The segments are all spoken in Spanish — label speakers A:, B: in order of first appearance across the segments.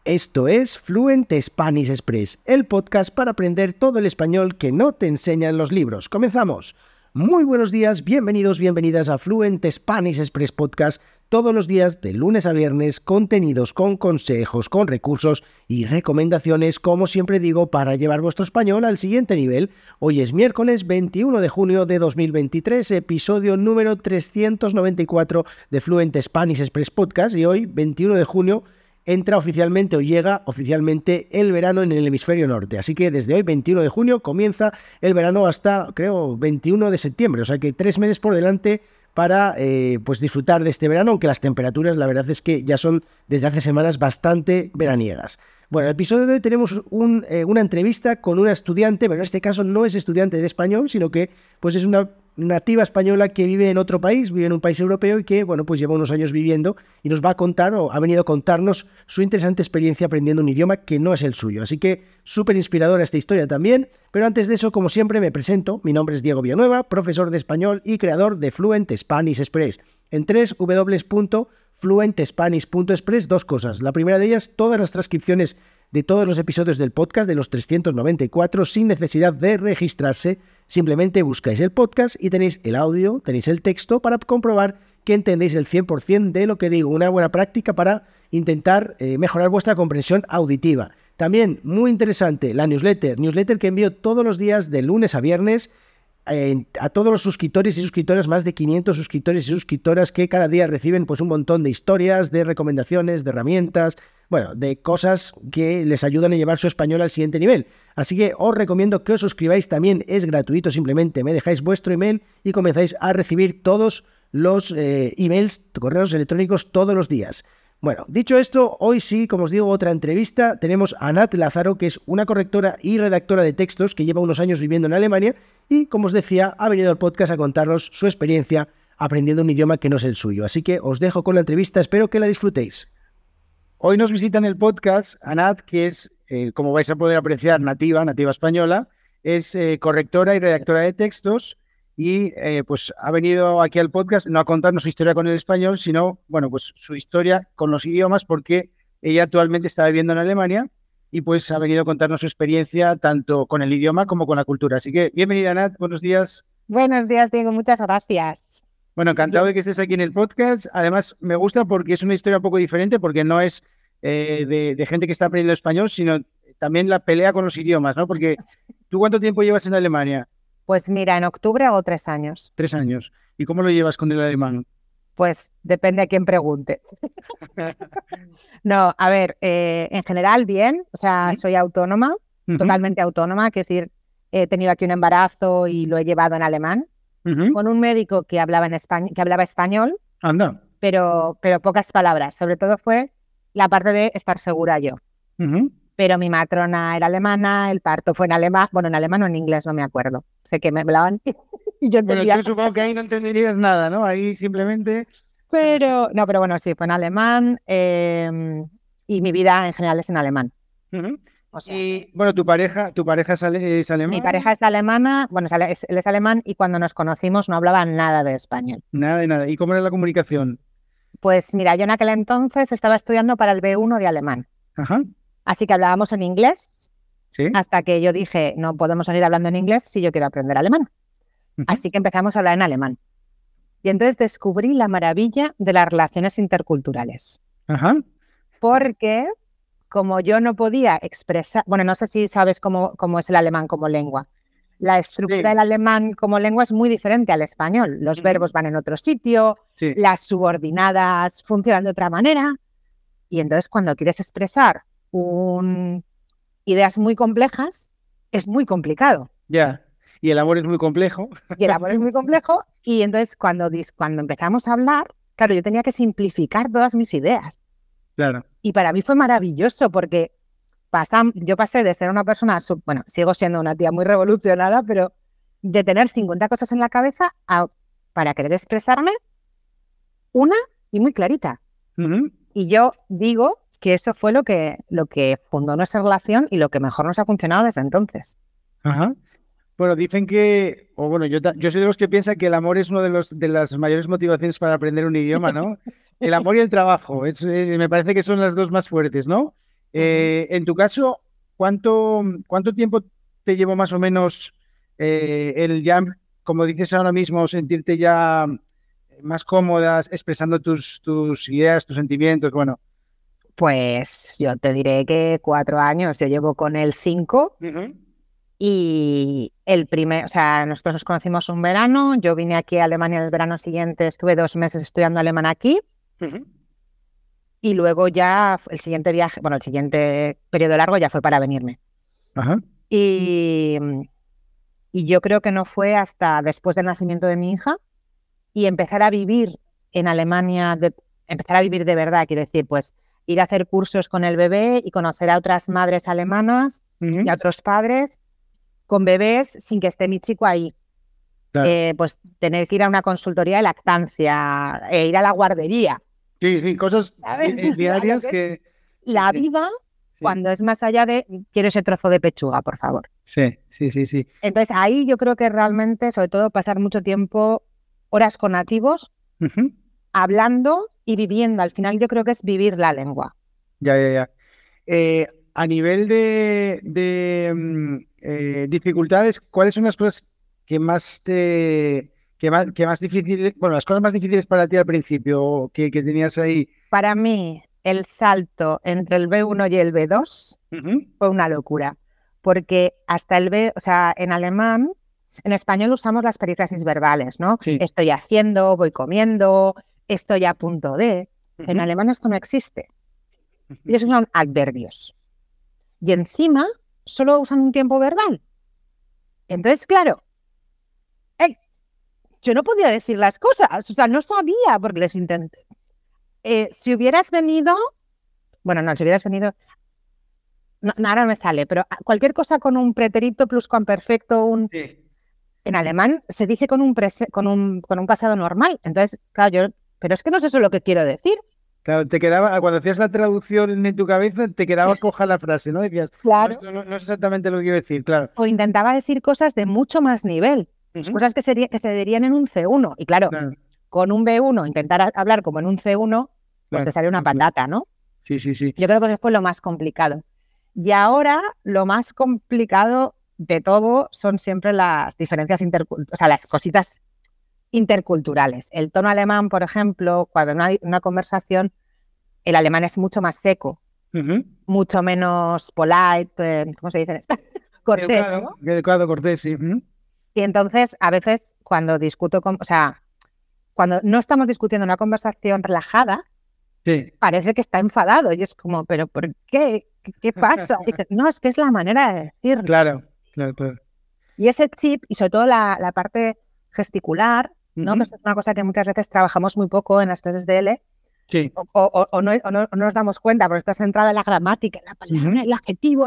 A: Esto es Fluent Spanish Express, el podcast para aprender todo el español que no te enseñan los libros. ¡Comenzamos! Muy buenos días, bienvenidos, bienvenidas a Fluent Spanish Express Podcast, todos los días de lunes a viernes, contenidos con consejos, con recursos y recomendaciones, como siempre digo, para llevar vuestro español al siguiente nivel. Hoy es miércoles 21 de junio de 2023, episodio número 394 de Fluent Spanish Express Podcast, y hoy, 21 de junio, entra oficialmente o llega oficialmente el verano en el hemisferio norte. Así que desde hoy, 21 de junio, comienza el verano hasta, creo, 21 de septiembre. O sea que 3 meses por delante para pues disfrutar de este verano, aunque las temperaturas, la verdad es que ya son desde hace semanas bastante veraniegas. Bueno, en el episodio de hoy tenemos una entrevista con una estudiante, pero en este caso no es estudiante de español, sino que pues es una nativa española que vive en otro país, vive en un país europeo y que, bueno, pues lleva unos años viviendo y nos va a contar, o ha venido a contarnos, su interesante experiencia aprendiendo un idioma que no es el suyo. Así que súper inspiradora esta historia también, pero antes de eso, como siempre, me presento. Mi nombre es Diego Villanueva, profesor de español y creador de Fluent Spanish Express. En www.fluentspanish.express, dos cosas. La primera de ellas, todas las transcripciones de todos los episodios del podcast, de los 394, sin necesidad de registrarse. Simplemente buscáis el podcast y tenéis el audio, tenéis el texto para comprobar que entendéis el 100% de lo que digo. Una buena práctica para intentar mejorar vuestra comprensión auditiva. También, muy interesante, la newsletter que envío todos los días de lunes a viernes a todos los suscriptores y suscriptoras, más de 500 suscriptores y suscriptoras que cada día reciben pues un montón de historias, de recomendaciones, de herramientas, bueno, de cosas que les ayudan a llevar su español al siguiente nivel. Así que os recomiendo que os suscribáis, también es gratuito, simplemente me dejáis vuestro email y comenzáis a recibir todos los emails, correos electrónicos todos los días. Bueno, dicho esto, hoy sí, como os digo, otra entrevista. Tenemos a Nat Lázaro, que es una correctora y redactora de textos que lleva unos años viviendo en Alemania y, como os decía, ha venido al podcast a contarnos su experiencia aprendiendo un idioma que no es el suyo. Así que os dejo con la entrevista, espero que la disfrutéis. Hoy nos visita en el podcast a Nat, que es, como vais a poder apreciar, nativa española, es correctora y redactora de textos. Y pues ha venido aquí al podcast no a contarnos su historia con el español, sino, bueno, pues su historia con los idiomas, porque ella actualmente está viviendo en Alemania y pues ha venido a contarnos su experiencia tanto con el idioma como con la cultura. Así que bienvenida, Nat, buenos días.
B: Buenos días, Diego, muchas gracias.
A: Bueno, encantado de que estés aquí en el podcast. Además, me gusta porque es una historia un poco diferente, porque no es de gente que está aprendiendo español, sino también la pelea con los idiomas, ¿no? Porque ¿tú cuánto tiempo llevas en Alemania?
B: Pues mira, en octubre hago 3 años.
A: 3 años. ¿Y cómo lo llevas con el alemán?
B: Pues depende a quién preguntes. No, a ver, en general bien, o sea, soy autónoma, totalmente autónoma, que es decir, he tenido aquí un embarazo y lo he llevado en alemán, con un médico que hablaba español,
A: Anda.
B: pero pocas palabras, sobre todo fue la parte de estar segura yo. Pero mi matrona era alemana, el parto fue en alemán, bueno, en alemán o en inglés, no me acuerdo. Sé que me hablaban y yo entendía.
A: Bueno, yo supongo que ahí no entenderías nada, ¿no? Ahí simplemente...
B: Pero bueno, sí, fue en alemán y mi vida en general es en alemán.
A: O sea, y bueno, ¿tu pareja es alemana?
B: Mi pareja es alemana, bueno, él es alemán y cuando nos conocimos no hablaba nada de español.
A: Nada de nada. ¿Y cómo era la comunicación?
B: Pues mira, yo en aquel entonces estaba estudiando para el B1 de alemán.
A: Ajá.
B: Así que hablábamos en inglés,
A: ¿sí?
B: Hasta que yo dije, no podemos seguir hablando en inglés si yo quiero aprender alemán. Así que empezamos a hablar en alemán. Y entonces descubrí la maravilla de las relaciones interculturales.
A: Ajá.
B: Porque como yo no podía expresar, bueno, no sé si sabes cómo es el alemán como lengua. La estructura del alemán como lengua es muy diferente al español. Los verbos van en otro sitio, las subordinadas funcionan de otra manera. Y entonces cuando quieres expresar ideas muy complejas, es muy complicado.
A: Ya, y el amor es muy complejo.
B: Y el amor es muy complejo, y entonces cuando empezamos a hablar, claro, yo tenía que simplificar todas mis ideas.
A: Claro.
B: Y para mí fue maravilloso, porque yo pasé de ser una persona, bueno, sigo siendo una tía muy revolucionada, pero de tener 50 cosas en la cabeza para querer expresarme una y muy clarita. Y yo digo que eso fue lo que fundó nuestra relación y lo que mejor nos ha funcionado desde entonces.
A: Ajá. Bueno, dicen que, yo soy de los que piensan que el amor es uno de las mayores motivaciones para aprender un idioma, ¿no? El amor y el trabajo, me parece que son las dos más fuertes, ¿no? En tu caso, ¿cuánto tiempo te llevó más o menos el ya, como dices ahora mismo, sentirte ya más cómodas expresando tus ideas, tus sentimientos? Bueno.
B: Pues yo te diré que 4 años, yo llevo con él 5 y o sea, nosotros nos conocimos un verano, yo vine aquí a Alemania el verano siguiente, estuve 2 meses estudiando alemán aquí y luego ya el siguiente viaje, bueno, el siguiente periodo largo ya fue para venirme.
A: Ajá.
B: Y yo creo que no fue hasta después del nacimiento de mi hija y empezar a vivir en Alemania, empezar a vivir de verdad, quiero decir, pues ir a hacer cursos con el bebé y conocer a otras madres alemanas y a otros padres con bebés sin que esté mi chico ahí.
A: Claro.
B: Pues tener que ir a una consultoría de lactancia, ir a la guardería.
A: Sí, cosas diarias
B: que... La vida, cuando es más allá de quiero ese trozo de pechuga, por favor.
A: Sí.
B: Entonces ahí yo creo que realmente, sobre todo, pasar mucho tiempo, horas con nativos, hablando y viviendo. Al final yo creo que es vivir la lengua.
A: Ya. A nivel de dificultades, ¿cuáles son las cosas que más difíciles, bueno, las cosas más difíciles para ti al principio que tenías ahí?
B: Para mí, el salto entre el B1 y el B2 fue una locura, porque hasta el o sea, en alemán, en español usamos las perífrasis verbales, ¿no?
A: Sí.
B: Estoy haciendo, voy comiendo, estoy a punto de. En alemán esto no existe. Ellos usan adverbios. Y encima solo usan un tiempo verbal. Entonces, claro, yo no podía decir las cosas, o sea, no sabía porque les intenté. Si hubieras venido, si hubieras venido, no, ahora no me sale, pero cualquier cosa con un pretérito pluscuamperfecto, en alemán se dice con un pasado normal. Entonces, claro, pero es que no es eso lo que quiero decir.
A: Claro, te quedaba, cuando hacías la traducción en tu cabeza, te quedaba coja la frase, ¿no? Decías,
B: claro.
A: Esto no es exactamente lo que quiero decir, claro.
B: O intentaba decir cosas de mucho más nivel, cosas que se dirían en un C1. Y claro, con un B1, intentar hablar como en un C1, pues te sale una patata, ¿no?
A: Sí.
B: Yo creo que eso fue lo más complicado. Y ahora lo más complicado de todo son siempre las diferencias o sea, las cositas interculturales. El tono alemán, por ejemplo, cuando en una conversación, el alemán es mucho más seco, mucho menos polite, ¿cómo se dice? Cortés, ¿no?
A: Educado, cortés, sí.
B: Y entonces, a veces, cuando discuto cuando no estamos discutiendo una conversación relajada, parece que está enfadado y es como, ¿pero por qué? ¿Qué pasa? Y dice, no, es que es la manera de decirlo.
A: Claro.
B: Y ese chip, y sobre todo la parte gesticular, ¿no? Que es una cosa que muchas veces trabajamos muy poco en las clases de L, o no nos damos cuenta porque está centrada en la gramática, en la palabra, el adjetivo,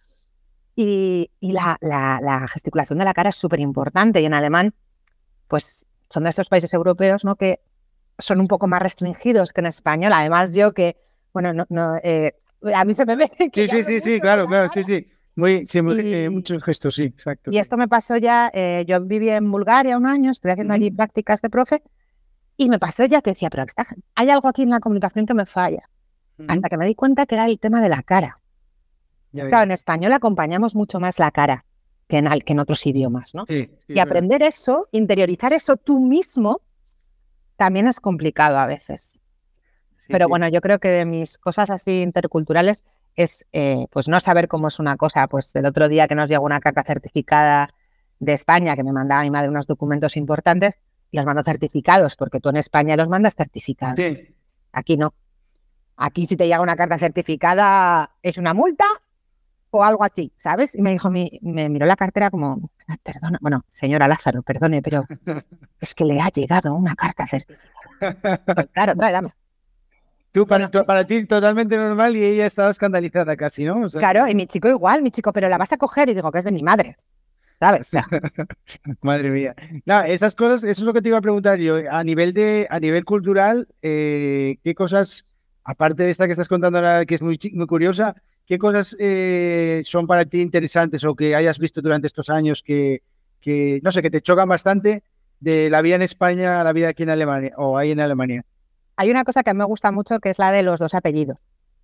B: y la gesticulación de la cara es súper importante. Y en alemán, pues son de estos países europeos, ¿no? Que son un poco más restringidos que en español. Además, yo que, bueno, a mí se me ve.
A: Sí, claro, sí. Muchos gestos, sí, exacto.
B: Y esto me pasó ya, yo viví en Bulgaria un año, estoy haciendo allí prácticas de profe, y me pasó ya que decía, pero hay algo aquí en la comunicación que me falla. Hasta que me di cuenta que era el tema de la cara. Claro, en español acompañamos mucho más la cara que en otros idiomas, ¿no? Y aprender eso, interiorizar eso tú mismo, también es complicado a veces. Pero bueno, yo creo que de mis cosas así interculturales es pues no saber cómo es una cosa. Pues el otro día que nos llegó una carta certificada de España, que me mandaba mi madre unos documentos importantes, y los mando certificados, porque tú en España los mandas certificados. Aquí no. Aquí si te llega una carta certificada es una multa o algo así, ¿sabes? Y me dijo, me miró la cartera como, perdona, bueno, señora Lázaro, perdone, pero es que le ha llegado una carta certificada. Pues claro, dame.
A: Tú, para ti totalmente normal y ella estaba escandalizada casi, ¿no? O sea,
B: claro, y mi chico igual, pero la vas a coger y digo que es de mi madre, ¿sabes? O sea,
A: madre mía. No, esas cosas, eso es lo que te iba a preguntar yo. A nivel cultural, ¿qué cosas, aparte de esta que estás contando ahora, que es muy curiosa, qué cosas son para ti interesantes o que hayas visto durante estos años que no sé, que te chocan bastante de la vida en España a la vida aquí en Alemania o ahí en Alemania?
B: Hay una cosa que me gusta mucho que es la de los dos apellidos.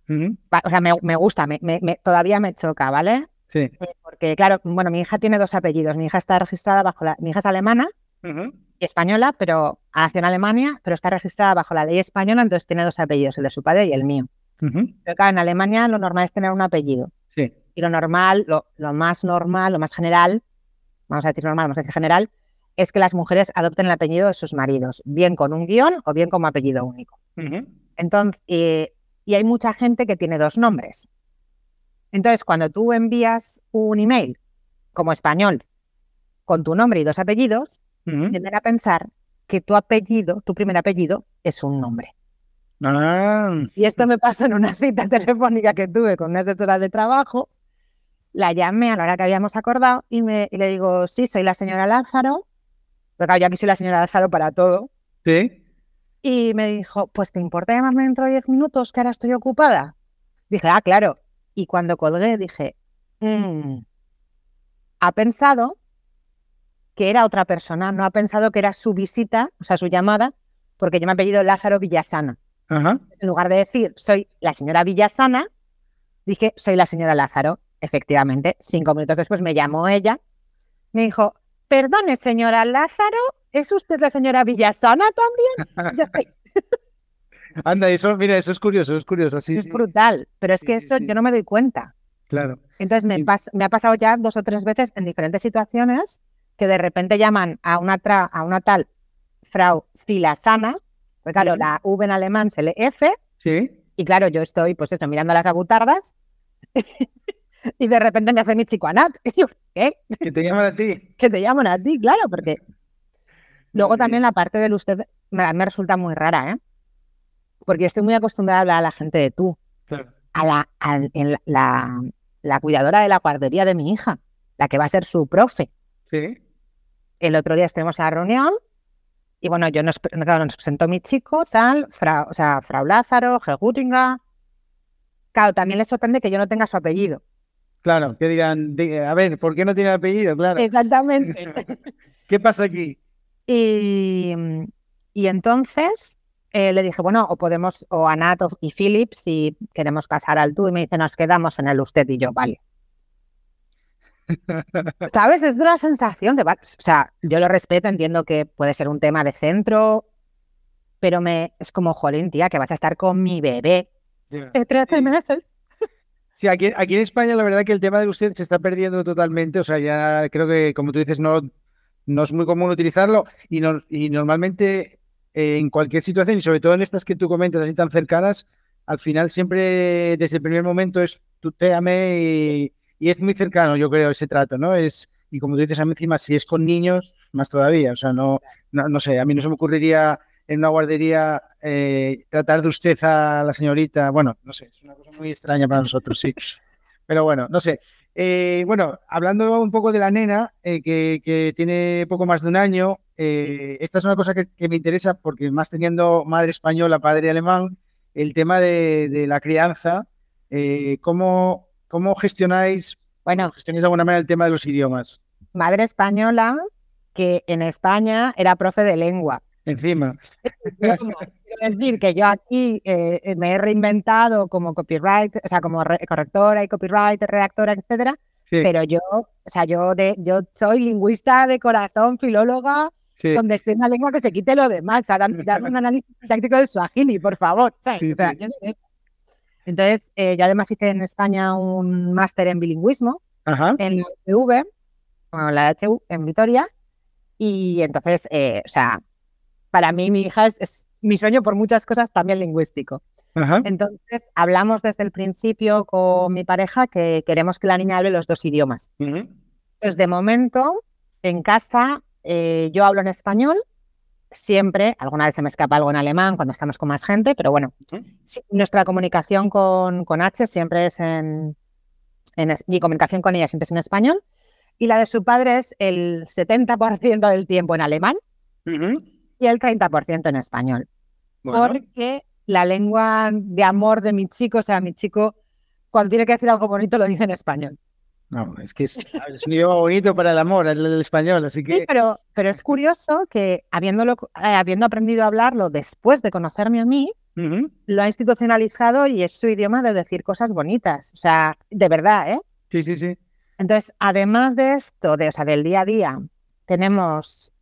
B: O sea, me gusta, todavía me choca, ¿vale?
A: Sí.
B: Porque, claro, bueno, mi hija tiene 2 apellidos. Mi hija está registrada mi hija es alemana y española, pero nació en Alemania, pero está registrada bajo la ley española, entonces tiene 2 apellidos, el de su padre y el mío. Pero claro, en Alemania lo normal es tener un apellido.
A: Sí.
B: Y lo normal, lo más normal, lo más general, vamos a decir normal, vamos a decir general, es que las mujeres adopten el apellido de sus maridos, bien con un guión o bien como apellido único. Entonces, y hay mucha gente que tiene 2 nombres. Entonces, cuando tú envías un email como español con tu nombre y 2 apellidos, tienden a pensar que tu primer apellido, es un nombre. Y esto me pasó en una cita telefónica que tuve con una asesora de trabajo. La llamé a la hora que habíamos acordado y le digo, sí, soy la señora Lázaro. Porque claro, yo aquí soy la señora Lázaro para todo.
A: Sí.
B: Y me dijo, pues ¿te importa llamarme dentro de 10 minutos que ahora estoy ocupada? Dije, claro. Y cuando colgué dije, ha pensado que era otra persona, no ha pensado que era su visita, o sea, su llamada, porque yo me he apellido Lázaro Villasana. En lugar de decir, soy la señora Villasana, dije, soy la señora Lázaro. Efectivamente, 5 minutos después me llamó ella, me dijo, perdone, señora Lázaro, ¿es usted la señora Villasana también? Ya sé.
A: Anda, eso, mira, eso es curioso, sí,
B: Es brutal, pero es que eso yo no me doy cuenta.
A: Claro.
B: Entonces me ha pasado ya 2 o 3 veces en diferentes situaciones que de repente llaman a una tal Frau Villasana, pues claro, la V en alemán se lee F, y claro, yo estoy pues eso, mirando las abutardas y de repente me hace mi chico Anat. Y yo, ¿qué?
A: Que te llaman a ti.
B: Que te llaman a ti, claro, porque luego también la parte del usted me resulta muy rara, ¿eh? Porque yo estoy muy acostumbrada a hablar a la gente de tú.
A: Claro.
B: La cuidadora de la guardería de mi hija, la que va a ser su profe.
A: Sí.
B: El otro día estuvimos en la reunión y bueno, nos presentó mi chico, tal, Frau Lázaro, Helgutinga. Claro, también les sorprende que yo no tenga su apellido.
A: Claro, que dirán, a ver, ¿por qué no tiene apellido? Claro.
B: Exactamente.
A: ¿Qué pasa aquí?
B: Y entonces le dije, bueno, o Anat y Philip, si queremos pasar al tú, y me dice, nos quedamos en el usted y yo, vale. ¿Sabes? Es de una sensación de... O sea, yo lo respeto, entiendo que puede ser un tema de centro, pero es como, jolín, tía, que vas a estar con mi bebé de 13 meses.
A: Sí, aquí en España la verdad que el tema de usted se está perdiendo totalmente, o sea, ya creo que, como tú dices, no es muy común utilizarlo y normalmente en cualquier situación, y sobre todo en estas que tú comentas, así tan cercanas, al final siempre desde el primer momento es tutéame y es muy cercano, yo creo, ese trato, ¿no? Y como tú dices, a mí encima, si es con niños, más todavía, o sea, no sé, a mí no se me ocurriría en una guardería tratar de usted a la señorita, bueno, no sé, es una cosa muy extraña para nosotros, sí. Pero bueno, no sé. Bueno, hablando un poco de la nena, que tiene poco más de un año, esta es una cosa que me interesa porque más teniendo madre española, padre alemán, el tema de la crianza, ¿cómo gestionáis, gestionáis de alguna manera el tema de los idiomas?
B: Madre española que en España era profe de lengua.
A: Encima.
B: Es decir, que yo aquí me he reinventado como copyright, o sea, como correctora y copywriter, redactora, etcétera. Sí. Pero yo soy lingüista de corazón, filóloga, sí, donde esté una lengua que se quite lo demás. O sea, dame un análisis táctico del Swahili, por favor. Sí, o sea, sí. Entonces, yo además hice en España un máster en bilingüismo. Ajá. En la HV, bueno, la HU en Vitoria. Y entonces, o sea, para mí mi hija es mi sueño por muchas cosas, también lingüístico. Ajá. Entonces, hablamos desde el principio con mi pareja que queremos que la niña hable los 2 idiomas. Pues de momento, en casa, yo hablo en español, siempre, alguna vez se me escapa algo en alemán cuando estamos con más gente, pero bueno, nuestra comunicación con H siempre es mi comunicación con ella siempre es en español, y la de su padre es el 70% del tiempo en alemán. Y el 30% en español. Bueno. Porque la lengua de amor de mi chico, o sea, mi chico, cuando tiene que decir algo bonito, lo dice en español.
A: No, es que es un idioma bonito para el amor, el español, así que...
B: Sí, pero es curioso que habiendo aprendido a hablarlo después de conocerme a mí, lo ha institucionalizado y es su idioma de decir cosas bonitas. O sea, de verdad, ¿eh?
A: Sí.
B: Entonces, además de esto, o sea, del día a día, tenemos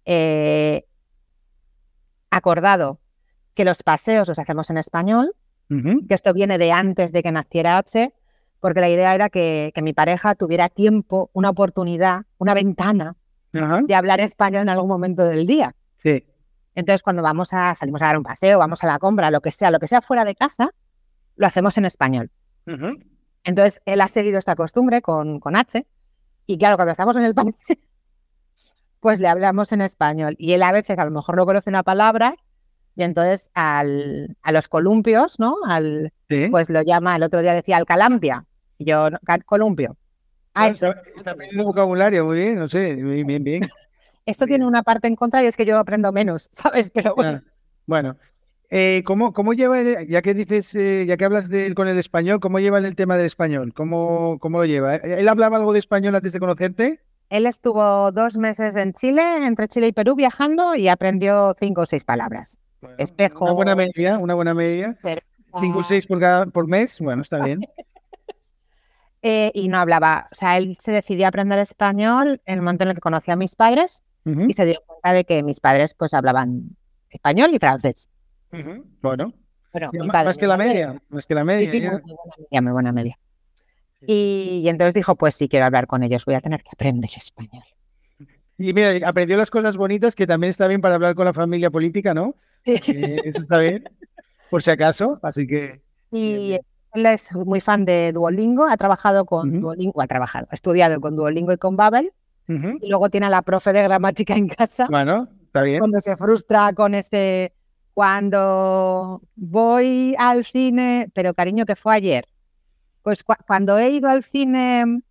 B: acordado que los paseos los hacemos en español, que esto viene de antes de que naciera H, porque la idea era que mi pareja tuviera tiempo, una oportunidad, una ventana de hablar español en algún momento del día.
A: Sí.
B: Entonces, cuando salimos a dar un paseo, vamos a la compra, lo que sea fuera de casa, lo hacemos en español. Entonces, él ha seguido esta costumbre con H, y claro, cuando estamos en el país, pues le hablamos en español. Y él a veces a lo mejor no conoce una palabra, y entonces a los columpios, ¿no?
A: Sí.
B: Pues lo llama, el otro día decía alcalampia, y yo, columpio.
A: Bueno, está aprendiendo vocabulario, muy bien, no sé, bien.
B: Esto tiene una parte en contra y es que yo aprendo menos, ¿sabes? Pero bueno.
A: Bueno, ¿cómo lleva, ya que dices, ya que hablas de él con el español, cómo lleva el tema del español? ¿Cómo lo lleva? ¿Él hablaba algo de español antes de conocerte?
B: Él estuvo 2 meses en Chile, entre Chile y Perú, viajando y aprendió 5 o 6 palabras.
A: Bueno,
B: Espejo.
A: Una buena media. 5 o 6 por mes, bueno, está bien.
B: Y no hablaba, o sea, él se decidió a aprender español en el momento en el que conocía a mis padres y se dio cuenta de que mis padres pues hablaban español y francés.
A: Bueno,
B: más
A: que la media.
B: Sí, muy buena media. Y entonces dijo, pues si quiero hablar con ellos voy a tener que aprender español.
A: Y mira, aprendió las cosas bonitas, que también está bien para hablar con la familia política, ¿no? Eso está bien, por si acaso, así que...
B: Y él es muy fan de Duolingo, ha trabajado con Duolingo, ha estudiado con Duolingo y con Babbel, y luego tiene a la profe de gramática en casa.
A: Bueno, está bien.
B: Cuando se frustra con cuando voy al cine, pero cariño, que fue ayer, pues cuando he ido al cine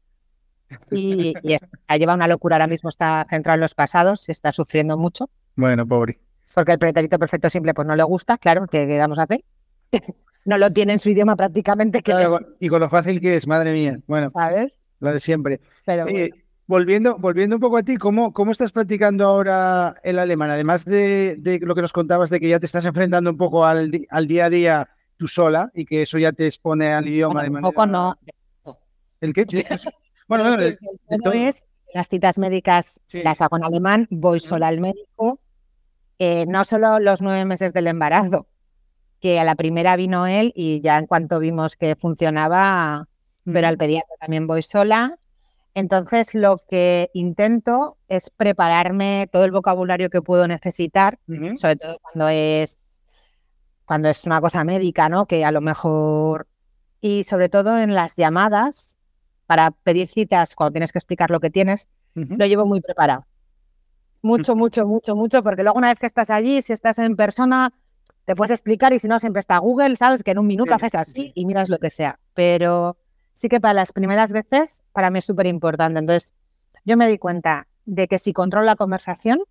B: y ha llevado una locura, ahora mismo está centrado en los pasados, se está sufriendo mucho.
A: Bueno, pobre.
B: Porque el pretérito perfecto simple pues no le gusta, claro, ¿qué vamos a hacer? No lo tiene en su idioma prácticamente.
A: Claro, y con lo fácil que es, madre mía. Bueno,
B: ¿sabes?
A: Lo de siempre.
B: Pero
A: volviendo un poco a ti, ¿cómo estás practicando ahora el alemán? Además de lo que nos contabas de que ya te estás enfrentando un poco al día a día tú sola y que eso ya te expone al idioma de manera...
B: Un poco no.
A: ¿El qué? Bueno,
B: de todo es, las citas médicas las hago en alemán, voy sola al médico, no solo los 9 meses del embarazo, que a la primera vino él y ya en cuanto vimos que funcionaba, pero al pediatra también voy sola. Entonces lo que intento es prepararme todo el vocabulario que puedo necesitar, sobre todo cuando es una cosa médica, ¿no? Que a lo mejor... Y sobre todo en las llamadas, para pedir citas, cuando tienes que explicar lo que tienes, lo llevo muy preparado. Mucho, porque luego una vez que estás allí, si estás en persona, te puedes explicar y si no, siempre está Google, ¿sabes? Que en un minuto haces así y miras lo que sea. Pero sí que para las primeras veces, para mí es súper importante. Entonces, yo me di cuenta de que si controlo la conversación,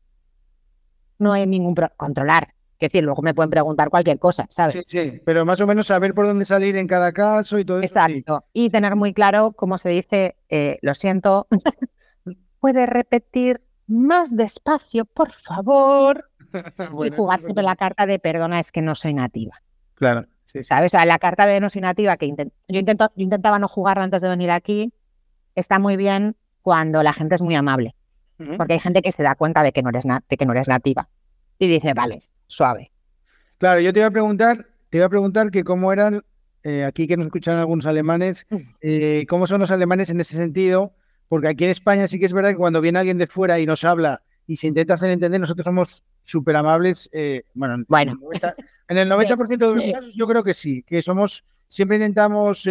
B: no hay ningún controlar. Es decir, luego me pueden preguntar cualquier cosa, ¿sabes?
A: Sí, pero más o menos saber por dónde salir en cada caso y todo eso.
B: Exacto. Y tener muy claro cómo se dice, lo siento, ¿puede repetir más despacio, por favor? Y jugar siempre la carta de perdona, es que no soy nativa.
A: Claro.
B: ¿Sabes? O sea, la carta de no soy nativa, que yo intentaba no jugarla antes de venir aquí, está muy bien cuando la gente es muy amable. Porque hay gente que se da cuenta de que no eres nativa. Y dice, vale, suave.
A: Claro, yo te iba a preguntar que cómo eran, aquí que nos escuchan algunos alemanes, cómo son los alemanes en ese sentido, porque aquí en España sí que es verdad que cuando viene alguien de fuera y nos habla y se intenta hacer entender, nosotros somos súper amables. Bueno. En el 90% de los casos yo creo que sí, que siempre intentamos,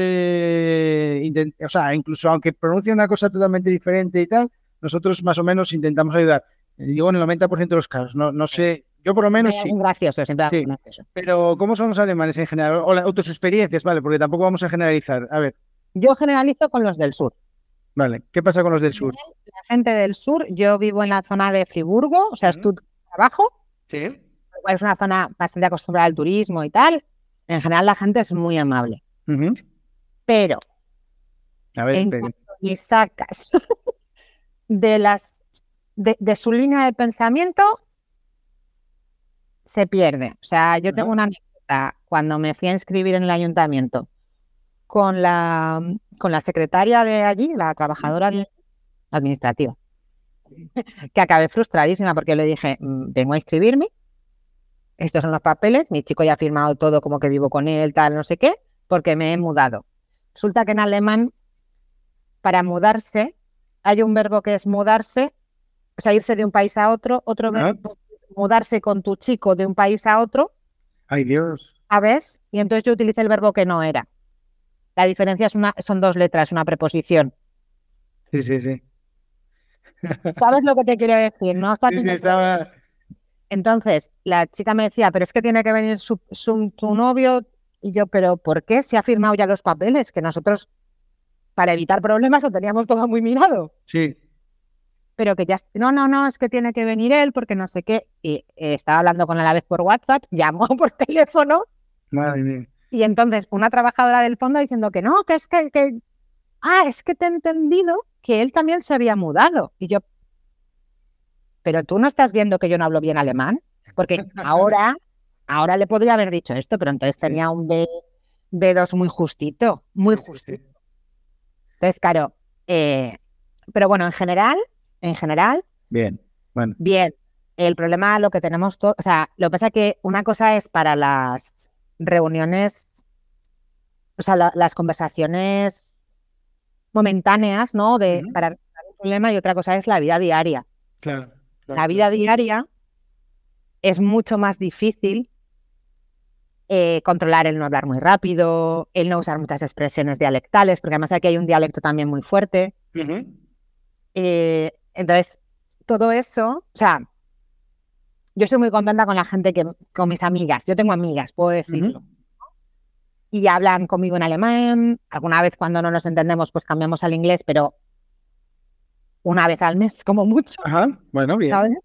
A: o sea, incluso aunque pronuncie una cosa totalmente diferente y tal, nosotros más o menos intentamos ayudar. Digo, en el 90% de los casos, no sé, yo por lo menos sí.
B: Gracioso, siempre
A: Sí,
B: gracioso.
A: pero ¿cómo son los alemanes en general? O tus experiencias, vale, porque tampoco vamos a generalizar. A ver.
B: Yo generalizo con los del sur.
A: Vale, ¿qué pasa con los del sur?
B: La gente del sur, yo vivo en la zona de Friburgo, o sea, Stuttgart abajo.
A: Sí.
B: Es una zona bastante acostumbrada al turismo y tal. En general la gente es muy amable. Pero
A: a ver,
B: cuanto le sacas de su línea de pensamiento, se pierde. O sea, yo tengo una anécdota anécdota, cuando me fui a inscribir en el ayuntamiento con la secretaria de allí, la trabajadora administrativa, que acabé frustradísima porque le dije, vengo a inscribirme, estos son los papeles, mi chico ya ha firmado todo como que vivo con él, tal, no sé qué, porque me he mudado. Resulta que en alemán, para mudarse, hay un verbo que es mudarse, o sea, irse de un país a otro verbo, mudarse con tu chico de un país a otro.
A: ¡Ay, Dios!
B: ¿Sabes? Y entonces yo utilicé el verbo que no era. La diferencia son 2 letras, una preposición.
A: Sí, sí, sí.
B: ¿Sabes lo que te quiero decir? ¿No?
A: Sí, sí, estaba...
B: Entonces, la chica me decía, pero es que tiene que venir tu novio. Y yo, ¿pero por qué? Si ha firmado ya los papeles, que nosotros, para evitar problemas, lo teníamos todo muy mirado.
A: Sí.
B: Pero que ya, no, es que tiene que venir él porque no sé qué. Y estaba hablando con él a la vez por WhatsApp, llamó por teléfono.
A: Madre mía.
B: Y entonces una trabajadora del fondo diciendo que no, que es que es que te he entendido que él también se había mudado. Y yo, pero tú no estás viendo que yo no hablo bien alemán, porque ahora le podría haber dicho esto, pero entonces tenía un B2 muy justito, muy justito. Sí. Entonces, claro, pero bueno, en general,
A: bien, bueno.
B: Bien. El problema, lo que tenemos todo, o sea, lo que pasa es que una cosa es para las reuniones, o sea, las conversaciones momentáneas, ¿no? Para un problema, y otra cosa es la vida diaria.
A: Claro.
B: La vida diaria es mucho más difícil controlar el no hablar muy rápido, el no usar muchas expresiones dialectales, porque además aquí hay un dialecto también muy fuerte. Entonces, todo eso, o sea, yo estoy muy contenta con la gente con mis amigas. Yo tengo amigas, puedo decirlo. Y hablan conmigo en alemán. Alguna vez cuando no nos entendemos, pues cambiamos al inglés, pero una vez al mes, como mucho.
A: Ajá, bueno, bien.
B: ¿Sabes?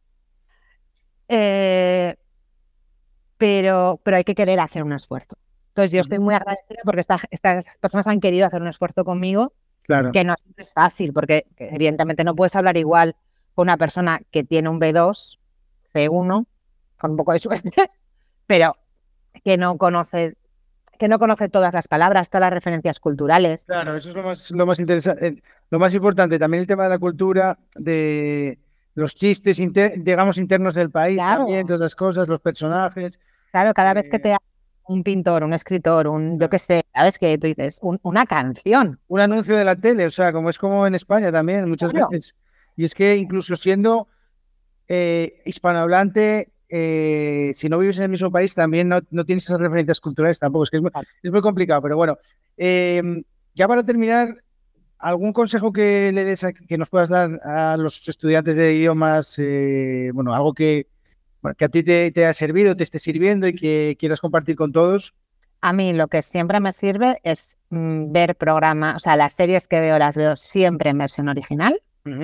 B: Pero hay que querer hacer un esfuerzo. Entonces yo estoy muy agradecida porque estas personas han querido hacer un esfuerzo conmigo,
A: claro.
B: Que no es fácil, porque evidentemente no puedes hablar igual con una persona que tiene un B2, C1, con un poco de suerte, pero que no conoce todas las palabras, todas las referencias culturales.
A: Claro, eso es lo más interesante, lo más importante. También el tema de la cultura, de los chistes, digamos, internos del país, claro. También, todas las cosas, los personajes.
B: Claro, cada vez que te un pintor, un escritor, yo qué sé, ¿sabes? Que tú dices, una canción.
A: Un anuncio de la tele, o sea, como es como en España también, muchas veces. Y es que incluso siendo hispanohablante, si no vives en el mismo país, también no tienes esas referencias culturales tampoco. Es que es muy complicado, pero bueno. Ya para terminar, ¿algún consejo que le des que nos puedas dar a los estudiantes de idiomas? Bueno, algo que a ti te ha servido, te esté sirviendo y que quieras compartir con todos.
B: A mí lo que siempre me sirve es ver programas, o sea, las series que veo las veo siempre en versión original.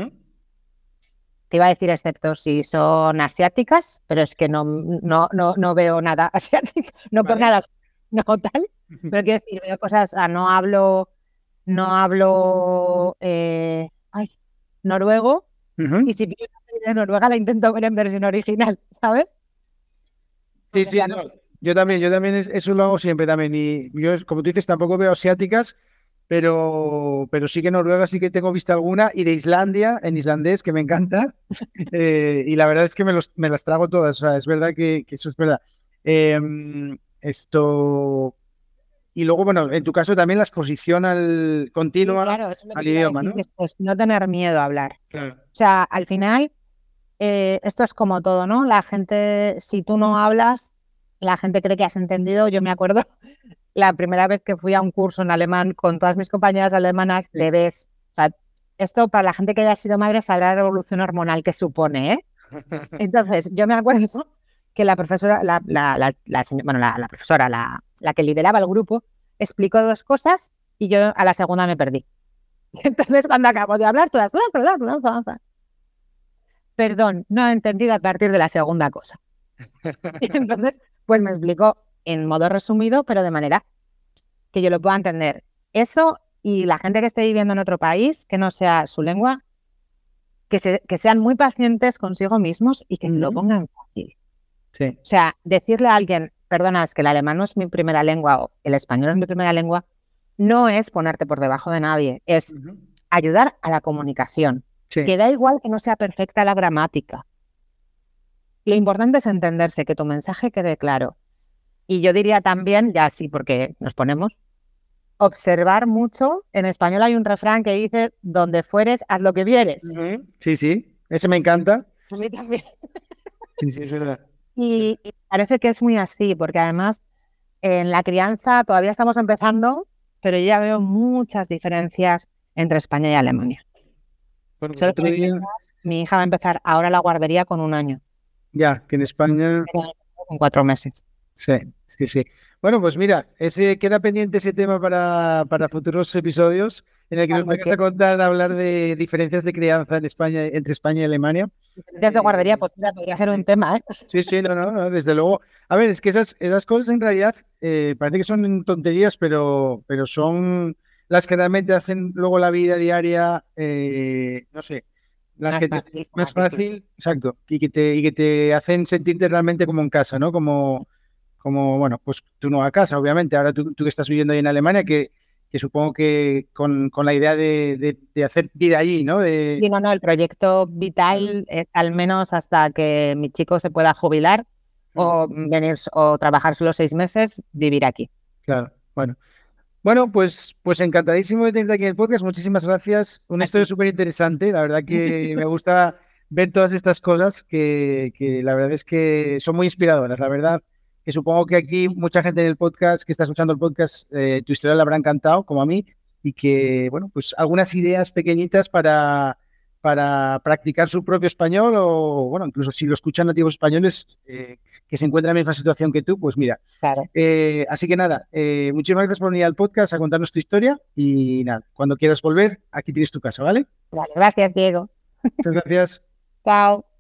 B: Te iba a decir excepto si son asiáticas, pero es que no veo nada asiático, no por nada, no tal, pero quiero decir, veo cosas, no hablo noruego, y si pienso de Noruega la intento ver en versión original, ¿sabes?
A: Sí, sí, no. Yo también eso lo hago siempre también, y yo, como tú dices, tampoco veo asiáticas, pero sí que Noruega sí que tengo vista alguna, y de Islandia, en islandés, que me encanta, y la verdad es que me las trago todas, o sea, es verdad que eso es verdad. Y luego, bueno, en tu caso también la exposición continua, sí, claro, al idioma, ¿no?
B: Después, no tener miedo a hablar.
A: Claro.
B: O sea, al final, esto es como todo, ¿no? La gente, si tú no hablas, la gente cree que has entendido. Yo me acuerdo la primera vez que fui a un curso en alemán con todas mis compañeras alemanas, sí. Bebés. O sea, esto para la gente que haya sido madre sabrá la revolución hormonal que supone, ¿eh? Entonces, yo me acuerdo que la profesora, la profesora, la que lideraba el grupo, explicó 2 cosas y yo a la segunda me perdí. Entonces, cuando acabo de hablar, todas... Perdón, no he entendido a partir de la segunda cosa. Y entonces, pues me explicó en modo resumido, pero de manera que yo lo pueda entender. Eso, y la gente que esté viviendo en otro país, que no sea su lengua, que sean muy pacientes consigo mismos y que lo pongan fácil.
A: Sí.
B: O sea, decirle a alguien, perdona, es que el alemán no es mi primera lengua o el español es mi primera lengua, no es ponerte por debajo de nadie, es
A: Ujú.
B: ayudar a la comunicación.
A: Sí.
B: Que da igual que no sea perfecta la gramática. Lo importante es entenderse, que tu mensaje quede claro. Y yo diría también, ya sí, porque nos ponemos, observar mucho. En español hay un refrán que dice, donde fueres, haz lo que vieres.
A: Ujú. Sí, sí, ese me encanta.
B: A mí también.
A: Sí, sí, es verdad.
B: Y parece que es muy así, porque además en la crianza todavía estamos empezando, pero yo ya veo muchas diferencias entre España y Alemania.
A: Bueno, pues
B: Solo
A: otro
B: para
A: día,
B: empezar, mi hija va a empezar ahora la guardería con 1 año,
A: ya, que en España,
B: con 4 meses.
A: sí, sí, sí. Bueno, pues mira, ese queda pendiente ese tema para futuros episodios en el que nos
B: Cuando
A: vengas a contar, hablar de diferencias de crianza en España, entre España y Alemania.
B: desde guardería,
A: Eh,
B: pues mira, podría ser un tema, ¿eh?
A: Sí, sí, no, no, no, desde luego. A ver, es que esas cosas en realidad parece que son tonterías, pero son las que realmente hacen luego la vida diaria, no sé, las
B: Más
A: que te
B: fácil,
A: más
B: más difícil.
A: fácil, exacto, y que te hacen sentirte realmente como en casa, ¿no? Como bueno, pues tú no a casa, obviamente. Ahora tú que estás viviendo ahí en Alemania, que supongo que con la idea de hacer vida allí, ¿no?
B: Sí, no, no, el proyecto vital es al menos hasta que mi chico se pueda jubilar o venir o trabajar solo 6 meses, vivir aquí.
A: Claro, bueno. Bueno, pues encantadísimo de tenerte aquí en el podcast. Muchísimas gracias. Una historia
B: Aquí.
A: súper interesante. La verdad que me gusta ver todas estas cosas que la verdad es que son muy inspiradoras. La verdad que supongo que aquí mucha gente en el podcast que está escuchando el podcast, tu historia le habrá encantado, como a mí, y que, bueno, pues algunas ideas pequeñitas para practicar su propio español o, bueno, incluso si lo escuchan nativos españoles que se encuentran en la misma situación que tú, pues mira.
B: Claro.
A: Así que nada, muchísimas gracias por venir al podcast a contarnos tu historia y nada, cuando quieras volver, aquí tienes tu casa, ¿vale?
B: Vale, gracias, Diego.
A: Muchas gracias.
B: Chao.